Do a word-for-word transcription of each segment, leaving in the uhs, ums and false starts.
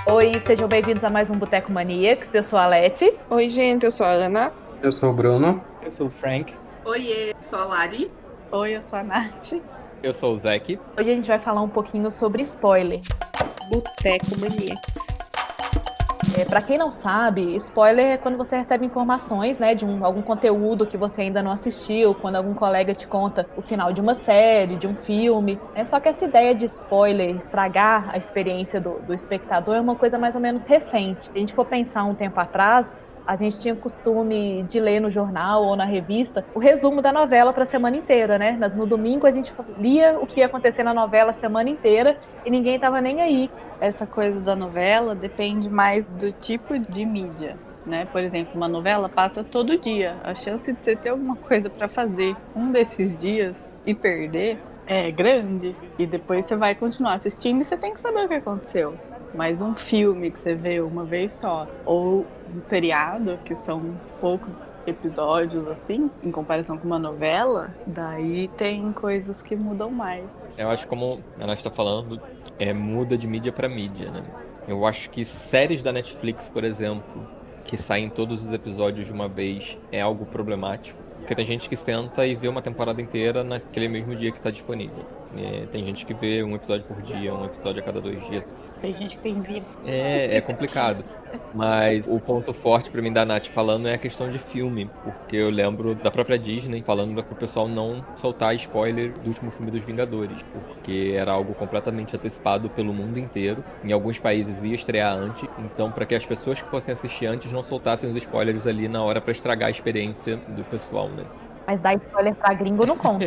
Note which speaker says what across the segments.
Speaker 1: Oi, sejam bem-vindos a mais um Boteco Maníacs. Eu sou a Leti.
Speaker 2: Oi, gente, eu sou a Ana.
Speaker 3: Eu sou o Bruno.
Speaker 4: Eu sou o Frank.
Speaker 5: Oiê, sou a Lari.
Speaker 6: Oi, eu sou a Nath.
Speaker 7: Eu sou o Zeke.
Speaker 1: Hoje a gente vai falar um pouquinho sobre spoiler.
Speaker 2: Boteco Maníacs.
Speaker 1: É, para quem não sabe, spoiler é quando você recebe informações, né, de um, algum conteúdo que você ainda não assistiu, quando algum colega te conta o final de uma série, de um filme. É só que essa ideia de spoiler, estragar a experiência do, do espectador, é uma coisa mais ou menos recente. Se a gente for pensar um tempo atrás, a gente tinha costume de ler no jornal ou na revista o resumo da novela para a semana inteira, né? No domingo a gente lia o que ia acontecer na novela a semana inteira e ninguém estava nem aí.
Speaker 6: Essa coisa da novela depende mais do tipo de mídia, né? Por exemplo, uma novela passa todo dia. A chance de você ter alguma coisa para fazer um desses dias e perder é grande. E depois você vai continuar assistindo e você tem que saber o que aconteceu. Mas um filme que você vê uma vez só, ou um seriado, que são poucos episódios assim, em comparação com uma novela, daí tem coisas que mudam mais.
Speaker 7: Eu acho que, como a Nath está falando, é, muda de mídia para mídia, né? Eu acho que séries da Netflix, por exemplo, que saem todos os episódios de uma vez, é algo problemático. Porque tem gente que senta e vê uma temporada inteira naquele mesmo dia que está disponível. É, tem gente que vê um episódio por dia, um episódio a cada dois dias.
Speaker 6: Tem gente que tem vida.
Speaker 7: É, é complicado. Mas o ponto forte pra mim da Nath falando é a questão de filme. Porque eu lembro da própria Disney falando pro pessoal não soltar spoiler do último filme dos Vingadores. Porque era algo completamente antecipado pelo mundo inteiro. Em alguns países ia estrear antes. Então, para que as pessoas que fossem assistir antes não soltassem os spoilers ali na hora pra estragar a experiência do pessoal, né?
Speaker 1: Mas dar spoiler pra gringo não conta.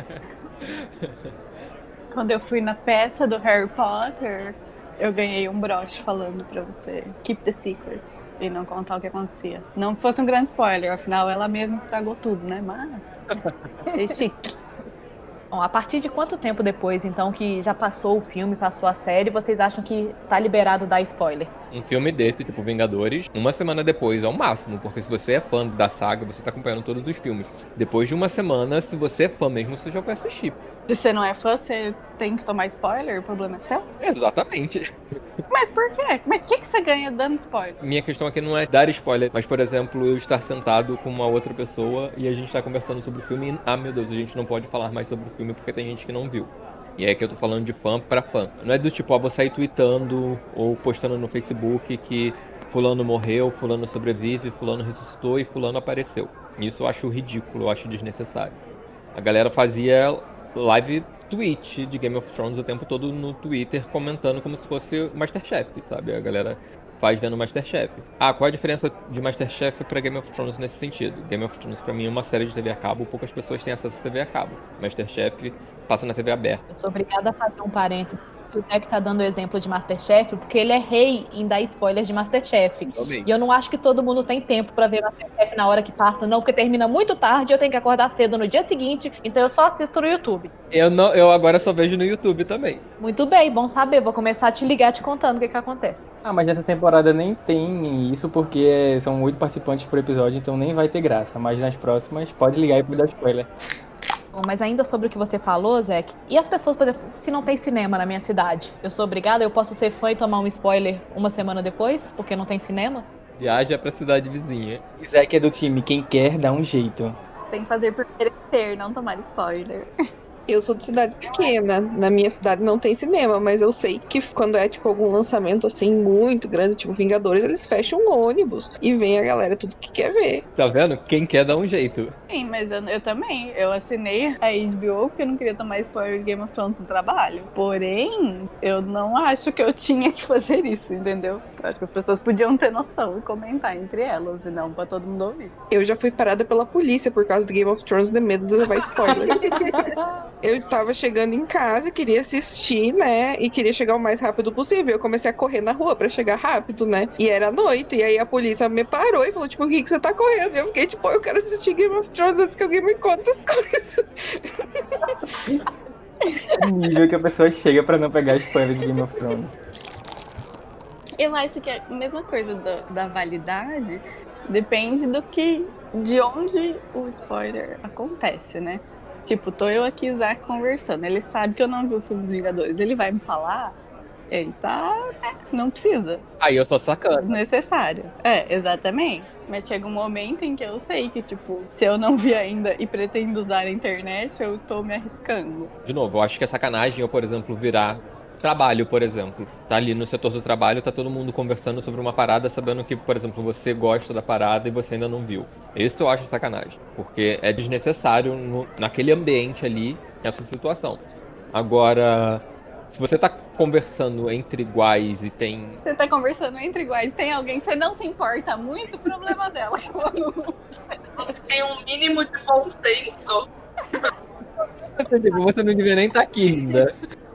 Speaker 6: Quando eu fui na peça do Harry Potter, eu ganhei um broche falando pra você keep the secret e não contar o que acontecia. Não que fosse um grande spoiler, afinal ela mesma estragou tudo, né? Mas achei chique.
Speaker 1: Bom, a partir de quanto tempo depois, então, que já passou o filme, passou a série, vocês acham que tá liberado dar spoiler?
Speaker 7: Um filme desse, tipo Vingadores, uma semana depois é o máximo, porque se você é fã da saga, você tá acompanhando todos os filmes. Depois de uma semana, se você é fã mesmo, você já vai assistir.
Speaker 6: Se você não é fã, você tem que tomar spoiler? O problema é seu?
Speaker 7: Exatamente.
Speaker 6: Mas por quê? Mas o que, que você ganha dando spoiler?
Speaker 7: Minha questão aqui não é dar spoiler, mas, por exemplo, eu estar sentado com uma outra pessoa e a gente tá conversando sobre o filme e, ah, meu Deus, a gente não pode falar mais sobre o filme porque tem gente que não viu. E é que eu tô falando de fã pra fã. Não é do tipo, ah, vou sair tweetando ou postando no Facebook que fulano morreu, fulano sobrevive, fulano ressuscitou e fulano apareceu. Isso eu acho ridículo, eu acho desnecessário. A galera fazia live tweet de Game of Thrones o tempo todo no Twitter comentando como se fosse Masterchef, sabe? A galera faz vendo Masterchef. Ah, qual a diferença de Masterchef pra Game of Thrones nesse sentido? Game of Thrones pra mim é uma série de T V a cabo, poucas pessoas têm acesso a T V a cabo. Masterchef passa na T V aberta.
Speaker 1: Eu sou obrigada a fazer um parênteses. O Zé que tá dando o exemplo de Masterchef, porque ele é rei em dar spoilers de Masterchef.
Speaker 7: Também.
Speaker 1: E eu não acho que todo mundo tem tempo pra ver Masterchef na hora que passa, não, porque termina muito tarde e eu tenho que acordar cedo no dia seguinte, então eu só assisto no YouTube.
Speaker 7: Eu, não, eu agora só vejo no YouTube também.
Speaker 1: Muito bem, bom saber, vou começar a te ligar te contando o que que acontece.
Speaker 4: Ah, mas nessa temporada nem tem isso porque são oito participantes por episódio, então nem vai ter graça. Mas nas próximas, pode ligar e pode dar spoiler.
Speaker 1: Bom, mas ainda sobre o que você falou, Zeke, e as pessoas, por exemplo, se não tem cinema na minha cidade, eu sou obrigada, eu posso ser fã e tomar um spoiler uma semana depois, porque não tem cinema?
Speaker 7: Viaja pra cidade vizinha.
Speaker 4: Isaac é do time, quem quer dá um jeito.
Speaker 6: Você tem que fazer por merecer, não tomar spoiler.
Speaker 2: Eu sou de cidade pequena. Na minha cidade não tem cinema, mas eu sei que quando é tipo algum lançamento assim muito grande, tipo Vingadores, eles fecham um ônibus e vem a galera tudo que quer ver.
Speaker 7: Tá vendo? Quem quer dá um jeito.
Speaker 6: Sim, mas eu, eu também. Eu assinei a H B O porque eu não queria tomar spoiler de Game of Thrones no trabalho. Porém, eu não acho que eu tinha que fazer isso, entendeu? Eu acho que as pessoas podiam ter noção e comentar entre elas, e não pra todo mundo ouvir.
Speaker 2: Eu já fui parada pela polícia por causa do Game of Thrones de medo de levar spoiler. Eu tava chegando em casa, queria assistir, né? E queria chegar o mais rápido possível. Eu comecei a correr na rua pra chegar rápido, né? E era noite. E aí a polícia me parou e falou, tipo, o que, que você tá correndo? E eu fiquei, tipo, eu quero assistir Game of Thrones antes que alguém me conte as coisas.
Speaker 4: O nível que a pessoa chega pra não pegar spoiler de Game of Thrones.
Speaker 6: Eu acho que a mesma coisa da, da validade depende do que, de onde o spoiler acontece, né? Tipo, tô eu aqui e Isaac conversando. Ele sabe que eu não vi o filme dos Vingadores. Ele vai me falar Ele tá. É, não precisa.
Speaker 7: Aí eu sou sacana.
Speaker 6: Desnecessário. É, exatamente. Mas chega um momento em que eu sei que, tipo, se eu não vi ainda e pretendo usar a internet, eu estou me arriscando.
Speaker 7: De novo, eu acho que é sacanagem eu, por exemplo, virar trabalho, por exemplo. Tá ali no setor do trabalho, tá todo mundo conversando sobre uma parada, sabendo que, por exemplo, você gosta da parada e você ainda não viu. Isso eu acho sacanagem. Porque é desnecessário no, naquele ambiente ali, essa situação. Agora, se você tá conversando entre iguais e tem...
Speaker 6: Você tá conversando entre iguais, tem alguém que você não se importa muito, o problema dela.
Speaker 5: Você tem um mínimo de bom senso.
Speaker 7: Você não devia nem estar aqui ainda.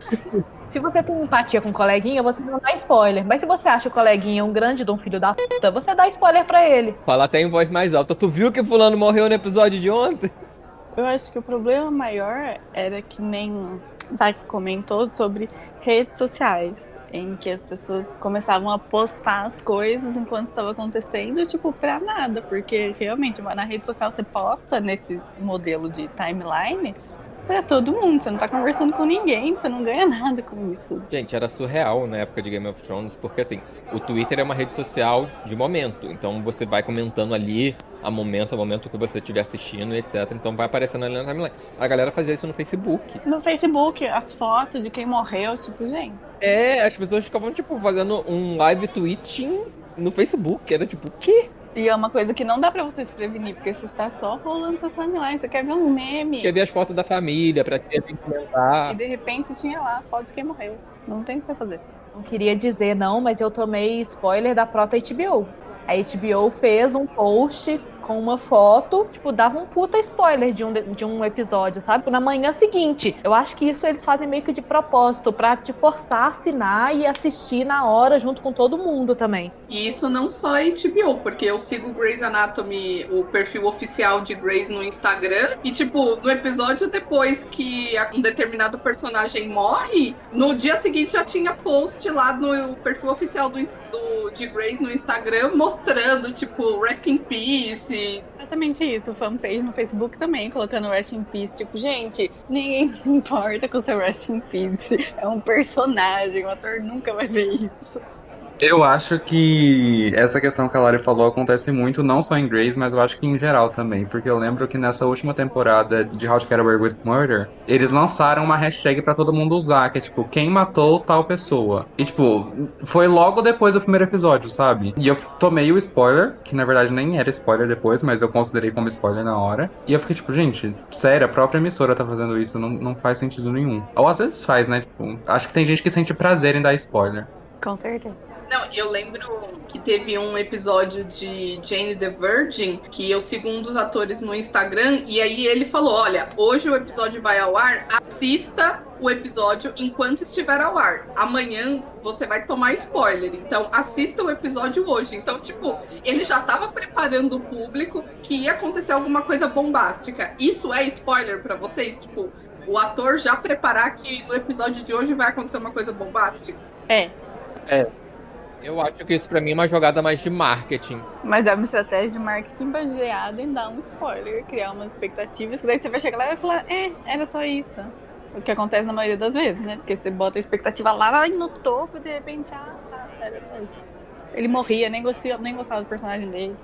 Speaker 1: Se você tem empatia com o coleguinha, você não dá spoiler. Mas se você acha o coleguinha um grande de um filho da puta, você dá spoiler pra ele.
Speaker 7: Fala até em voz mais alta. Tu viu que fulano morreu no episódio de ontem?
Speaker 6: Eu acho que o problema maior era que nem Zack comentou sobre redes sociais, em que as pessoas começavam a postar as coisas enquanto estava acontecendo, tipo, pra nada, porque realmente na rede social você posta nesse modelo de timeline pra todo mundo, você não tá conversando com ninguém, você não ganha nada com isso.
Speaker 7: Gente, era surreal na época de Game of Thrones, porque assim, o Twitter é uma rede social de momento, então você vai comentando ali a momento, a momento que você estiver assistindo, etcétera. Então vai aparecendo ali na timeline. A galera fazia isso no Facebook.
Speaker 6: No Facebook, as fotos de quem morreu, tipo, gente...
Speaker 7: É, as pessoas ficavam, tipo, fazendo um live tweeting no Facebook, era tipo, o quê?
Speaker 6: E é uma coisa que não dá pra você se prevenir, porque você está só rolando sua timeline, você quer ver uns memes.
Speaker 7: Quer ver as fotos da família, pra ter que comentar.
Speaker 6: E de repente tinha lá foto de quem morreu. Não tem o que fazer.
Speaker 1: Não queria dizer não, mas eu tomei spoiler da própria H B O. A H B O fez um post com uma foto, tipo, dava um puta spoiler de um, de um episódio, sabe? Na manhã seguinte. Eu acho que isso eles fazem meio que de propósito, pra te forçar a assinar e assistir na hora, junto com todo mundo também.
Speaker 5: E isso não só é H B O, porque eu sigo Grey's Anatomy, o perfil oficial de Grey's no Instagram, e tipo, no episódio depois que um determinado personagem morre, no dia seguinte já tinha post lá no perfil oficial do, do, de Grey's no Instagram, mostrando, tipo, Rest in Peace.
Speaker 6: Exatamente isso, fanpage no Facebook também, colocando Rest in Peace, tipo, gente, ninguém se importa com o seu Rest in Peace, é um personagem, o ator nunca vai ver isso.
Speaker 3: Eu acho que essa questão que a Lari falou acontece muito, não só em Grey's, mas eu acho que em geral também. Porque eu lembro que nessa última temporada de How to Get Away with Murder, eles lançaram uma hashtag pra todo mundo usar, que é tipo, quem matou tal pessoa. E tipo, foi logo depois do primeiro episódio, sabe? E eu tomei o spoiler, que na verdade nem era spoiler depois, mas eu considerei como spoiler na hora. E eu fiquei tipo, gente, sério, a própria emissora tá fazendo isso, não, não faz sentido nenhum. Ou às vezes faz, né? Tipo, acho que tem gente que sente prazer em dar spoiler.
Speaker 6: Com certeza.
Speaker 5: Não, eu lembro que teve um episódio de Jane the Virgin que eu sigo um dos atores no Instagram e aí ele falou, olha, hoje o episódio vai ao ar, assista o episódio enquanto estiver ao ar. Amanhã você vai tomar spoiler, então assista o episódio hoje. Então, tipo, ele já tava preparando o público que ia acontecer alguma coisa bombástica. Isso é spoiler pra vocês? Tipo, o ator já preparar que no episódio de hoje vai acontecer uma coisa bombástica?
Speaker 6: É.
Speaker 7: É. Eu acho que isso pra mim é uma jogada mais de marketing.
Speaker 6: Mas é uma estratégia de marketing baseada em dar um spoiler, criar umas expectativas, que daí você vai chegar lá e vai falar, é, era só isso. O que acontece na maioria das vezes, né? Porque você bota a expectativa lá, vai no topo e de repente, ah, tá, era só isso. Ele morria, nem gostava, nem gostava do personagem dele.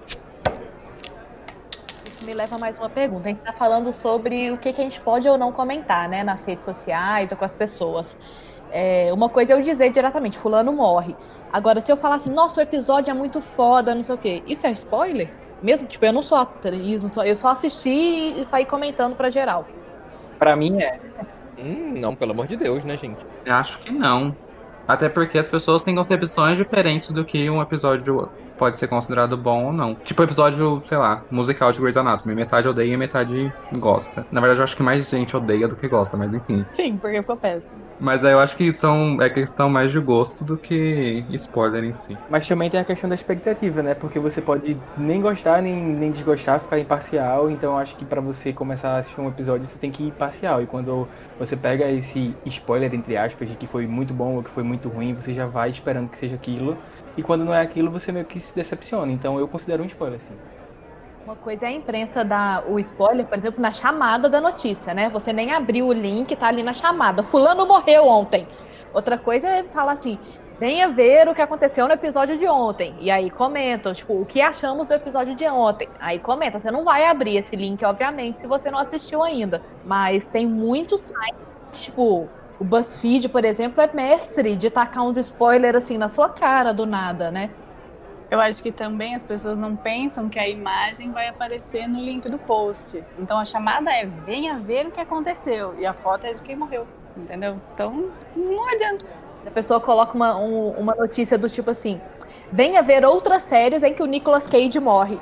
Speaker 1: Isso me leva a mais uma pergunta. A gente tá falando sobre o que, que a gente pode ou não comentar, né? Nas redes sociais ou com as pessoas. É, uma coisa é eu dizer diretamente, fulano morre. Agora, se eu falar assim, nossa, o episódio é muito foda, não sei o quê, isso é spoiler? Mesmo, tipo, eu não sou atriz, não sou, eu só assisti e saí comentando pra geral.
Speaker 4: Pra mim é.
Speaker 7: Hum, não, pelo amor de Deus, né, gente?
Speaker 3: Eu acho que não. Até porque as pessoas têm concepções diferentes do que um episódio pode ser considerado bom ou não. Tipo o episódio, sei lá, musical de Grey's Anatomy. Metade odeia e metade gosta. Na verdade, eu acho que mais gente odeia do que gosta, mas enfim.
Speaker 6: Sim, porque ficou péssimo.
Speaker 3: Mas aí eu acho que são, é questão mais de gosto do que spoiler em si.
Speaker 4: Mas também tem a questão da expectativa, né? Porque você pode nem gostar, nem, nem desgostar, ficar imparcial. Então eu acho que pra você começar a assistir um episódio, você tem que ir parcial. E quando você pega esse spoiler, entre aspas, de que foi muito bom ou que foi muito ruim, você já vai esperando que seja aquilo. E quando não é aquilo, você meio que se decepciona. Então eu considero um spoiler, sim.
Speaker 1: Uma coisa é a imprensa dar o spoiler, por exemplo, na chamada da notícia, né? Você nem abriu o link, tá ali na chamada. Fulano morreu ontem. Outra coisa é falar assim, venha ver o que aconteceu no episódio de ontem. E aí comentam, tipo, o que achamos do episódio de ontem. Aí comenta, você não vai abrir esse link, obviamente, se você não assistiu ainda. Mas tem muitos sites, tipo, o BuzzFeed, por exemplo, é mestre de tacar uns spoilers assim na sua cara do nada, né?
Speaker 6: Eu acho que também as pessoas não pensam que a imagem vai aparecer no link do post. Então a chamada é, venha ver o que aconteceu. E a foto é de quem morreu, entendeu? Então não adianta.
Speaker 1: A pessoa coloca uma, um, uma notícia do tipo assim, venha ver outras séries em que o Nicolas Cage morre.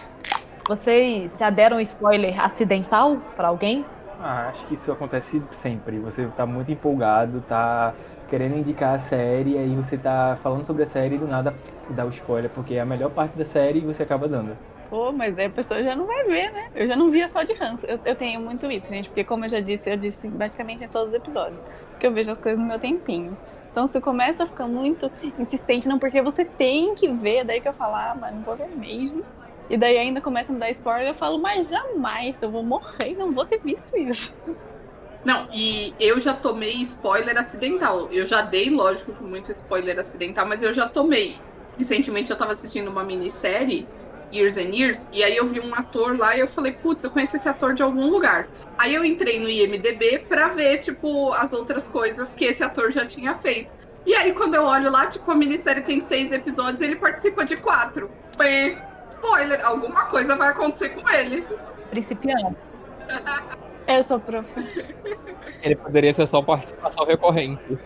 Speaker 1: Vocês já deram spoiler acidental pra alguém?
Speaker 4: Ah, acho que isso acontece sempre. Você tá muito empolgado, tá querendo indicar a série, e aí você tá falando sobre a série e do nada dá o spoiler, porque é a melhor parte da série e você acaba dando.
Speaker 6: Pô, mas aí a pessoa já não vai ver, né? Eu já não via só de ranço. Eu, eu tenho muito isso, gente, porque como eu já disse, eu disse basicamente em todos os episódios, porque eu vejo as coisas no meu tempinho. Então se começa a ficar muito insistente, não, porque você tem que ver, daí que eu falo, ah, mas não vou ver mesmo. E daí ainda começa a me dar spoiler, eu falo, mas jamais, eu vou morrer e não vou ter visto isso.
Speaker 5: Não, e eu já tomei spoiler acidental. Eu já dei, lógico, muito spoiler acidental, mas eu já tomei. Recentemente eu tava assistindo uma minissérie, Years and Years, e aí eu vi um ator lá e eu falei, putz, eu conheço esse ator de algum lugar. Aí eu entrei no I M D B pra ver, tipo, as outras coisas que esse ator já tinha feito. E aí quando eu olho lá, tipo, a minissérie tem seis episódios e ele participa de quatro. Foi... spoiler, alguma coisa vai acontecer com ele.
Speaker 1: Principiante.
Speaker 6: Eu sou profissional.
Speaker 7: Ele poderia ser só participação recorrente.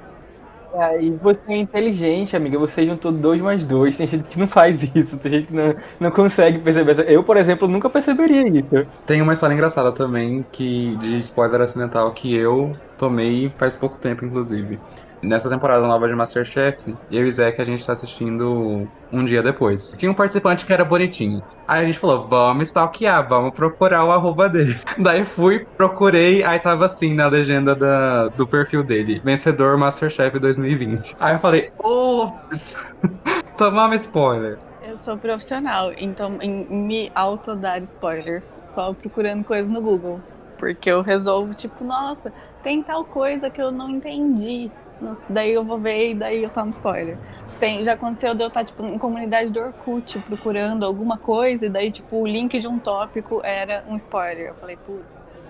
Speaker 4: É, e você é inteligente, amiga. Você juntou dois mais dois. Tem gente que não faz isso. Tem gente que não, não consegue perceber. Eu, por exemplo, nunca perceberia isso.
Speaker 3: Tem uma história engraçada também que de spoiler acidental que eu tomei faz pouco tempo, inclusive. Nessa temporada nova de MasterChef, eu e Zé que a gente tá assistindo um dia depois. Tinha um participante que era bonitinho. Aí a gente falou, vamos stalkear, vamos procurar o arroba dele. Daí fui, procurei, aí tava assim na legenda da, do perfil dele. Vencedor MasterChef dois mil e vinte. Aí eu falei, ops, tomamos spoiler.
Speaker 6: Eu sou profissional, então em me autodar spoilers, só procurando coisas no Google. Porque eu resolvo, tipo, nossa, tem tal coisa que eu não entendi. Daí eu vou ver e daí eu tomo spoiler. Tem, já aconteceu de eu estar, tipo, em comunidade do Orkut procurando alguma coisa e daí, tipo, o link de um tópico era um spoiler. Eu falei, putz.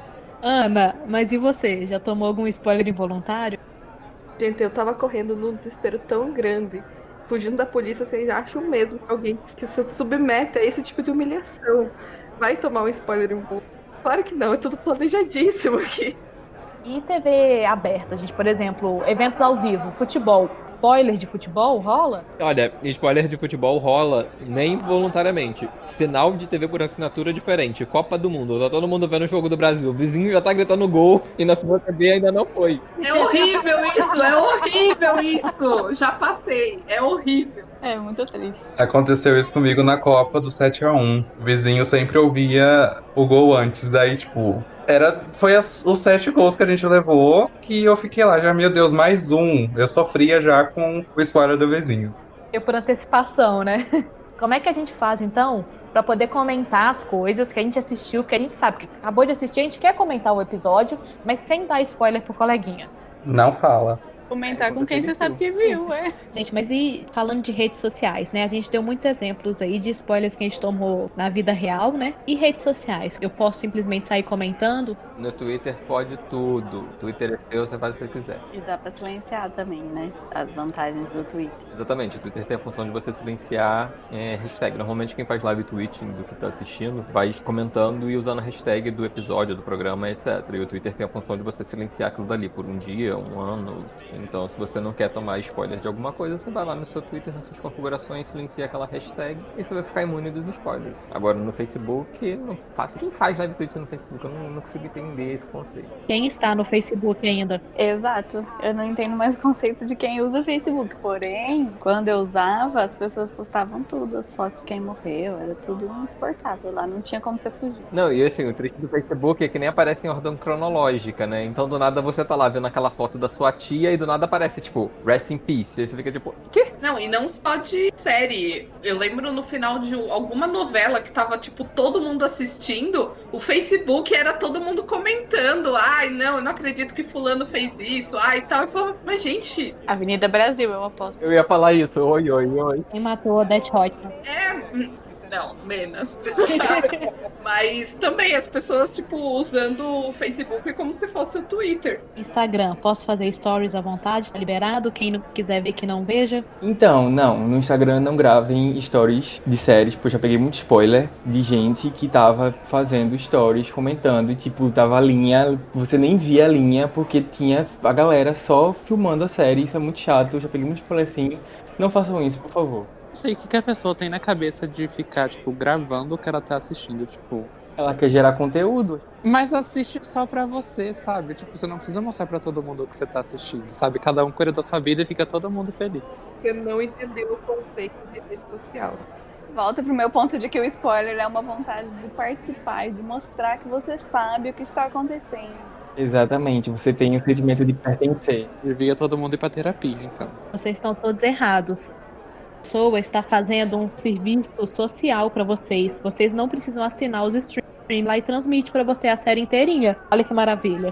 Speaker 1: Ana, mas e você? Já tomou algum spoiler involuntário?
Speaker 2: Gente, eu tava correndo num desespero tão grande, fugindo da polícia. Vocês acham mesmo que alguém que se submete a esse tipo de humilhação vai tomar um spoiler involuntário? Claro que não, é tudo planejadíssimo aqui.
Speaker 1: E T V aberta, gente, por exemplo, eventos ao vivo, futebol, spoiler de futebol rola?
Speaker 7: Olha, spoiler de futebol rola nem voluntariamente. Sinal de T V por assinatura diferente. Copa do Mundo, tá todo mundo vendo o jogo do Brasil. O vizinho já tá gritando gol e na sua T V ainda não foi.
Speaker 5: É horrível isso, é horrível isso. Já passei, é horrível.
Speaker 6: É muito triste.
Speaker 3: Aconteceu isso comigo na Copa do sete a um. O vizinho sempre ouvia o gol antes, daí tipo... Era, foi as, os sete gols que a gente levou que eu fiquei lá, já, meu Deus, mais um. Eu sofria já com o spoiler do vizinho.
Speaker 1: Eu por antecipação, né? Como é que a gente faz, então, pra poder comentar as coisas que a gente assistiu, que a gente sabe que acabou de assistir, a gente quer comentar o episódio, mas sem dar spoiler pro coleguinha?
Speaker 3: Não fala.
Speaker 6: Comentar com quem você sabe que viu, é.
Speaker 1: Gente, mas e falando de redes sociais, né? A gente deu muitos exemplos aí de spoilers que a gente tomou na vida real, né? E redes sociais. Eu posso simplesmente sair comentando?
Speaker 7: No Twitter pode tudo. Twitter é seu, você faz o que você quiser.
Speaker 6: E dá pra silenciar também, né? As vantagens do Twitter.
Speaker 7: Exatamente, o Twitter tem a função de você silenciar é, hashtag. Normalmente quem faz live tweeting do que tá assistindo vai comentando e usando a hashtag do episódio, do programa, etcétera. E o Twitter tem a função de você silenciar aquilo dali por um dia, um ano. Então, se você não quer tomar spoiler de alguma coisa, você vai lá no seu Twitter, nas suas configurações, silencia aquela hashtag e você vai ficar imune dos spoilers. Agora, no Facebook, não faz. Quem faz live tweet no Facebook? Eu não, não consigo entender esse conceito.
Speaker 1: Quem está no Facebook ainda?
Speaker 6: Exato. Eu não entendo mais o conceito de quem usa Facebook. Porém, quando eu usava, as pessoas postavam tudo, as fotos de quem morreu, era tudo exportável lá, não tinha como você fugir.
Speaker 7: Não, e assim, o triste do Facebook é que nem aparece em ordem cronológica, né? Então, do nada, você tá lá vendo aquela foto da sua tia e do nada aparece, tipo, Rest in Peace. Aí você fica tipo, quê?
Speaker 5: Não, e não só de série. Eu lembro no final de alguma novela que tava, tipo, todo mundo assistindo, o Facebook era todo mundo comentando. Ai, não, eu não acredito que fulano fez isso. Ai, e tal. Eu falava, mas gente...
Speaker 6: Avenida Brasil, eu aposto.
Speaker 7: Eu ia falar isso, oi, oi, oi.
Speaker 1: Quem matou a Death Hot?
Speaker 5: É... Não, menos. Mas também as pessoas, tipo, usando o Facebook como se fosse o Twitter.
Speaker 1: Instagram, posso fazer stories à vontade? Tá liberado? Quem não quiser ver, que não veja.
Speaker 4: Então, não, no Instagram não gravem stories de séries, porque eu já peguei muito spoiler de gente que tava fazendo stories, comentando, e tipo, tava a linha, você nem via a linha, porque tinha a galera só filmando a série, isso é muito chato, eu já peguei muito spoiler assim. Não façam isso, por favor.
Speaker 8: Não sei o que, que a pessoa tem na cabeça de ficar, tipo, gravando o que ela tá assistindo, tipo...
Speaker 4: Ela quer gerar conteúdo.
Speaker 8: Mas assiste só pra você, sabe? Tipo, você não precisa mostrar pra todo mundo o que você tá assistindo, sabe? Cada um cuida da sua vida e fica todo mundo feliz.
Speaker 2: Você não entendeu o conceito de rede social.
Speaker 6: Volta pro meu ponto de que o spoiler é uma vontade de participar e de mostrar que você sabe o que está acontecendo.
Speaker 4: Exatamente, você tem o sentimento de pertencer.
Speaker 8: Devia todo mundo ir pra terapia, então.
Speaker 1: Vocês estão todos errados. A pessoa está fazendo um serviço social pra vocês. Vocês não precisam assinar os streams lá e transmite pra você a série inteirinha. Olha que maravilha.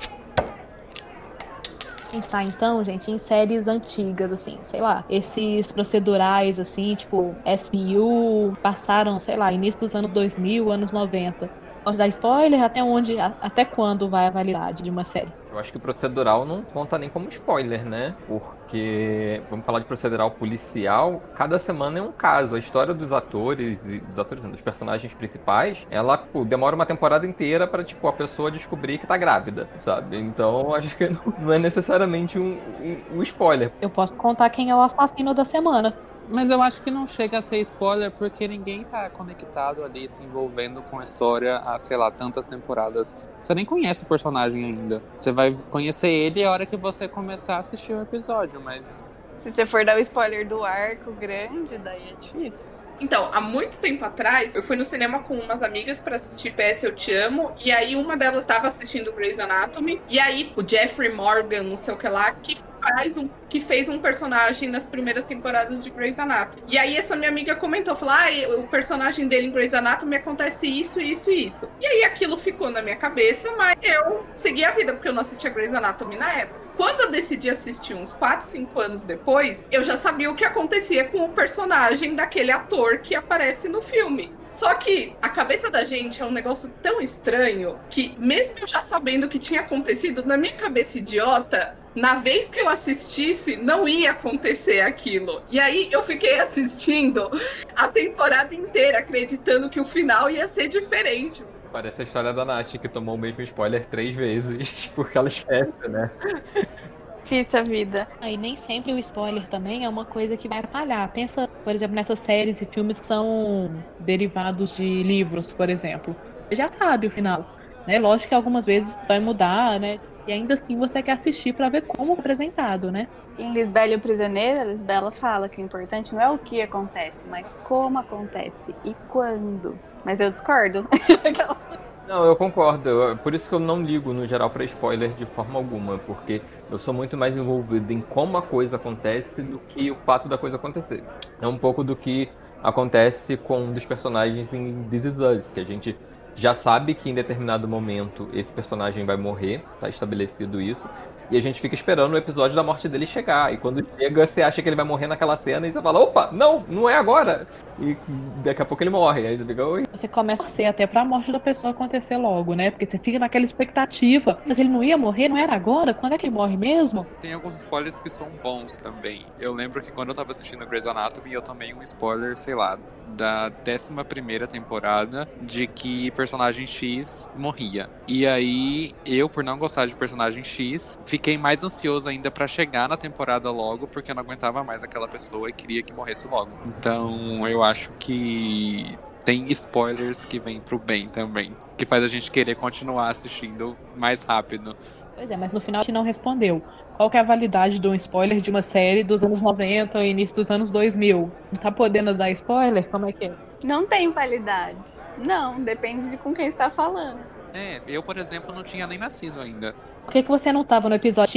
Speaker 1: Pensar então, gente, em séries antigas, assim, sei lá, esses procedurais, assim, tipo S V U, passaram, sei lá, início dos anos dois mil, anos noventa. Pode dar spoiler? Até onde, até quando vai a validade de uma série?
Speaker 7: Eu acho que procedural não conta nem como spoiler, né? Porque, vamos falar de procedural policial, cada semana é um caso. A história dos atores, dos atores não, dos personagens principais, ela pô, demora uma temporada inteira pra, tipo, a pessoa descobrir que tá grávida, sabe? Então, acho que não, não é necessariamente um, um, um spoiler.
Speaker 1: Eu posso contar quem é o assassino da semana.
Speaker 8: Mas eu acho que não chega a ser spoiler porque ninguém tá conectado ali, se envolvendo com a história há, sei lá, tantas temporadas. Você nem conhece o personagem ainda. Você vai conhecer ele a hora que você começar a assistir o episódio, mas...
Speaker 6: Se você for dar o spoiler do arco grande, daí é difícil.
Speaker 5: Então, há muito tempo atrás, eu fui no cinema com umas amigas pra assistir P S Eu Te Amo, e aí uma delas estava assistindo Grey's Anatomy, e aí o Jeffrey Morgan, não sei o que lá, que faz um, que fez um personagem nas primeiras temporadas de Grey's Anatomy. E aí essa minha amiga comentou, falou, ah, o personagem dele em Grey's Anatomy acontece isso, isso e isso. E aí aquilo ficou na minha cabeça, mas eu segui a vida, porque eu não assistia Grey's Anatomy na época. Quando eu decidi assistir uns quatro, cinco anos depois, eu já sabia o que acontecia com o personagem daquele ator que aparece no filme. Só que a cabeça da gente é um negócio tão estranho que, mesmo eu já sabendo o que tinha acontecido, na minha cabeça idiota, na vez que eu assistisse, não ia acontecer aquilo. E aí eu fiquei assistindo a temporada inteira, acreditando que o final ia ser diferente.
Speaker 7: Parece a história da Nath, que tomou o mesmo spoiler três vezes, porque ela esquece, né?
Speaker 6: Difícil a vida.
Speaker 1: Aí nem sempre o spoiler também é uma coisa que vai atrapalhar. Pensa, por exemplo, nessas séries e filmes que são derivados de livros, por exemplo. Você já sabe o final, né? Lógico que algumas vezes vai mudar, né? E ainda assim você quer assistir pra ver como é apresentado, né?
Speaker 6: Em Lisbela e o Prisioneiro, a Lisbela fala que o importante não é o que acontece, mas como acontece e quando. Mas eu discordo.
Speaker 7: Não, eu concordo. Eu- Por isso que eu não ligo, no geral, pra spoiler de forma alguma. Porque eu sou muito mais envolvido em como a coisa acontece do que o fato da coisa acontecer. É um pouco do que acontece com um dos personagens em This Is Us, que a gente já sabe que em determinado momento esse personagem vai morrer, tá estabelecido isso. E a gente fica esperando o episódio da morte dele chegar. E quando chega, você acha que ele vai morrer naquela cena e você fala, opa, não, não é agora. E daqui a pouco ele morre. Aí você fica, oi.
Speaker 1: Você começa a torcer até pra morte da pessoa acontecer logo, né? Porque você fica naquela expectativa. Mas ele não ia morrer, não era agora? Quando é que ele morre mesmo?
Speaker 8: Tem alguns spoilers que são bons também. Eu lembro que quando eu tava assistindo Grey's Anatomy, eu tomei um spoiler, sei lá, da décima primeira temporada, de que personagem X morria. E aí, eu, por não gostar de personagem X, fiquei mais ansioso ainda pra chegar na temporada logo, porque eu não aguentava mais aquela pessoa e queria que morresse logo. Então, eu acho que tem spoilers que vêm pro bem também, que faz a gente querer continuar assistindo mais rápido.
Speaker 1: Pois é, mas no final a gente não respondeu. Qual que é a validade de um spoiler de uma série dos anos noventa e início dos anos dois mil? Não tá podendo dar spoiler? Como é que é?
Speaker 6: Não tem validade. Não, depende de com quem está falando.
Speaker 8: É, eu, por exemplo, não tinha nem nascido ainda.
Speaker 1: Por que, que você não tava no episódio?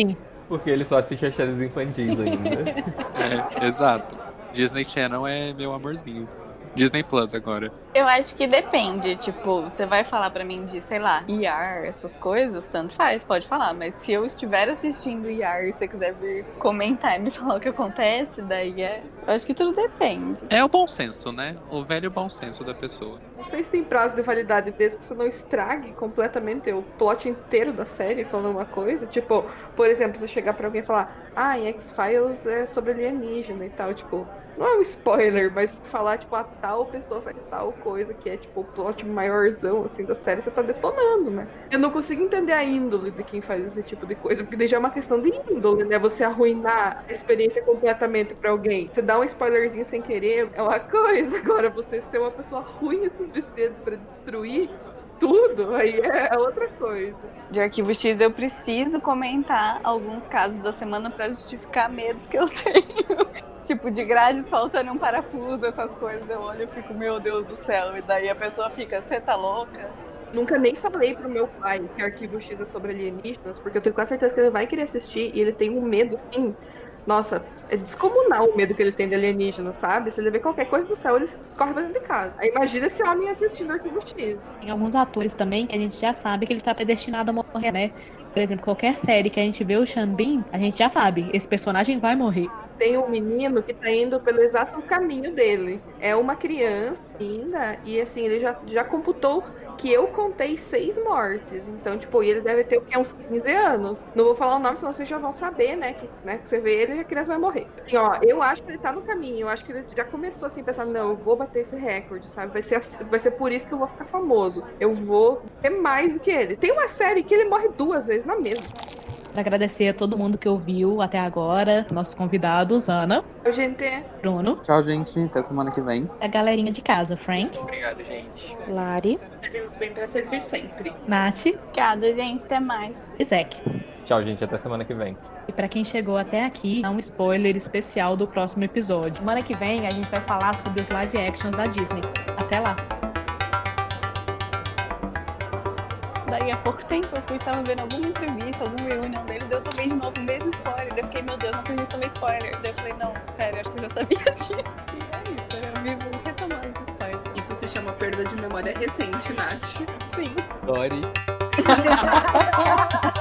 Speaker 7: Porque ele só assiste as séries infantis ainda.
Speaker 8: É, exato. Disney Channel é meu amorzinho. Disney Plus agora.
Speaker 6: Eu acho que depende, tipo, você vai falar pra mim de, sei lá, E R, essas coisas, tanto faz, pode falar, mas se eu estiver assistindo E R e você quiser vir comentar e me falar o que acontece, daí é... Eu acho que tudo depende.
Speaker 8: É o bom senso, né? O velho bom senso da pessoa.
Speaker 2: Não sei se tem prazo de validade desde que você não estrague completamente o plot inteiro da série falando uma coisa. Tipo, por exemplo, você chegar pra alguém e falar, ah, em X-Files é sobre alienígena e tal, tipo... Não é um spoiler, mas falar, tipo, a tal pessoa faz tal coisa, que é, tipo, o plot maiorzão, assim, da série, você tá detonando, né? Eu não consigo entender a índole de quem faz esse tipo de coisa, porque daí já é uma questão de índole, né? Você arruinar a experiência completamente pra alguém. Você dá um spoilerzinho sem querer, é uma coisa. Agora, você ser uma pessoa ruim o suficiente pra destruir tudo, aí é outra coisa.
Speaker 6: De Arquivo X, eu preciso comentar alguns casos da semana pra justificar medos que eu tenho. Tipo, de grades faltando um parafuso, essas coisas. Eu olho e fico, meu Deus do céu. E daí a pessoa fica, você tá louca?
Speaker 2: Nunca nem falei pro meu pai que Arquivo X é sobre alienígenas, porque eu tenho quase certeza que ele vai querer assistir e ele tem um medo, assim... Nossa, é descomunal o medo que ele tem de alienígenas, sabe? Se ele vê qualquer coisa do céu, ele corre pra dentro de casa. Aí imagina esse homem assistindo Arquivo X.
Speaker 1: Tem alguns atores também que a gente já sabe que ele tá predestinado a morrer, né? Por exemplo, qualquer série que a gente vê o Sean Bean, a gente já sabe, esse personagem vai morrer.
Speaker 2: Tem um menino que tá indo pelo exato caminho dele. É uma criança ainda, e assim, ele já, já computou que eu contei seis mortes. Então, tipo, ele deve ter o quê? Uns quinze anos. Não vou falar o nome, senão vocês já vão saber, né? Que, né, que você vê ele e a criança vai morrer. Assim, ó, eu acho que ele tá no caminho. Eu acho que ele já começou assim, pensando, não, eu vou bater esse recorde, sabe? Vai ser, vai ser por isso que eu vou ficar famoso. Eu vou ter mais do que ele. Tem uma série que ele morre duas vezes na mesma.
Speaker 1: Pra agradecer a todo mundo que ouviu até agora, nossos convidados, Ana,
Speaker 2: Gente,
Speaker 1: Bruno,
Speaker 3: Tchau, gente. Até semana que vem.
Speaker 1: a galerinha de casa, Frank,
Speaker 7: Obrigado, gente.
Speaker 5: Lari. Servimos bem pra servir sempre.
Speaker 1: Nath
Speaker 6: Obrigada, gente. Até mais.
Speaker 1: e Zek.
Speaker 7: Tchau, gente. Até semana que vem.
Speaker 1: E pra quem chegou até aqui, há um spoiler especial do próximo episódio. Semana que vem a gente vai falar sobre os live actions da Disney. Até lá!
Speaker 6: Daí, há pouco tempo, eu fui, tava vendo alguma entrevista, alguma reunião deles, eu tomei de novo o mesmo spoiler. Daí eu fiquei, meu Deus, não acredito que tomei spoiler. Daí eu falei, não, pera, eu acho que eu já sabia disso. E é isso, eu vivo retomando esse spoiler.
Speaker 5: Isso se chama perda de memória recente, Nath.
Speaker 6: Sim.
Speaker 7: Dory.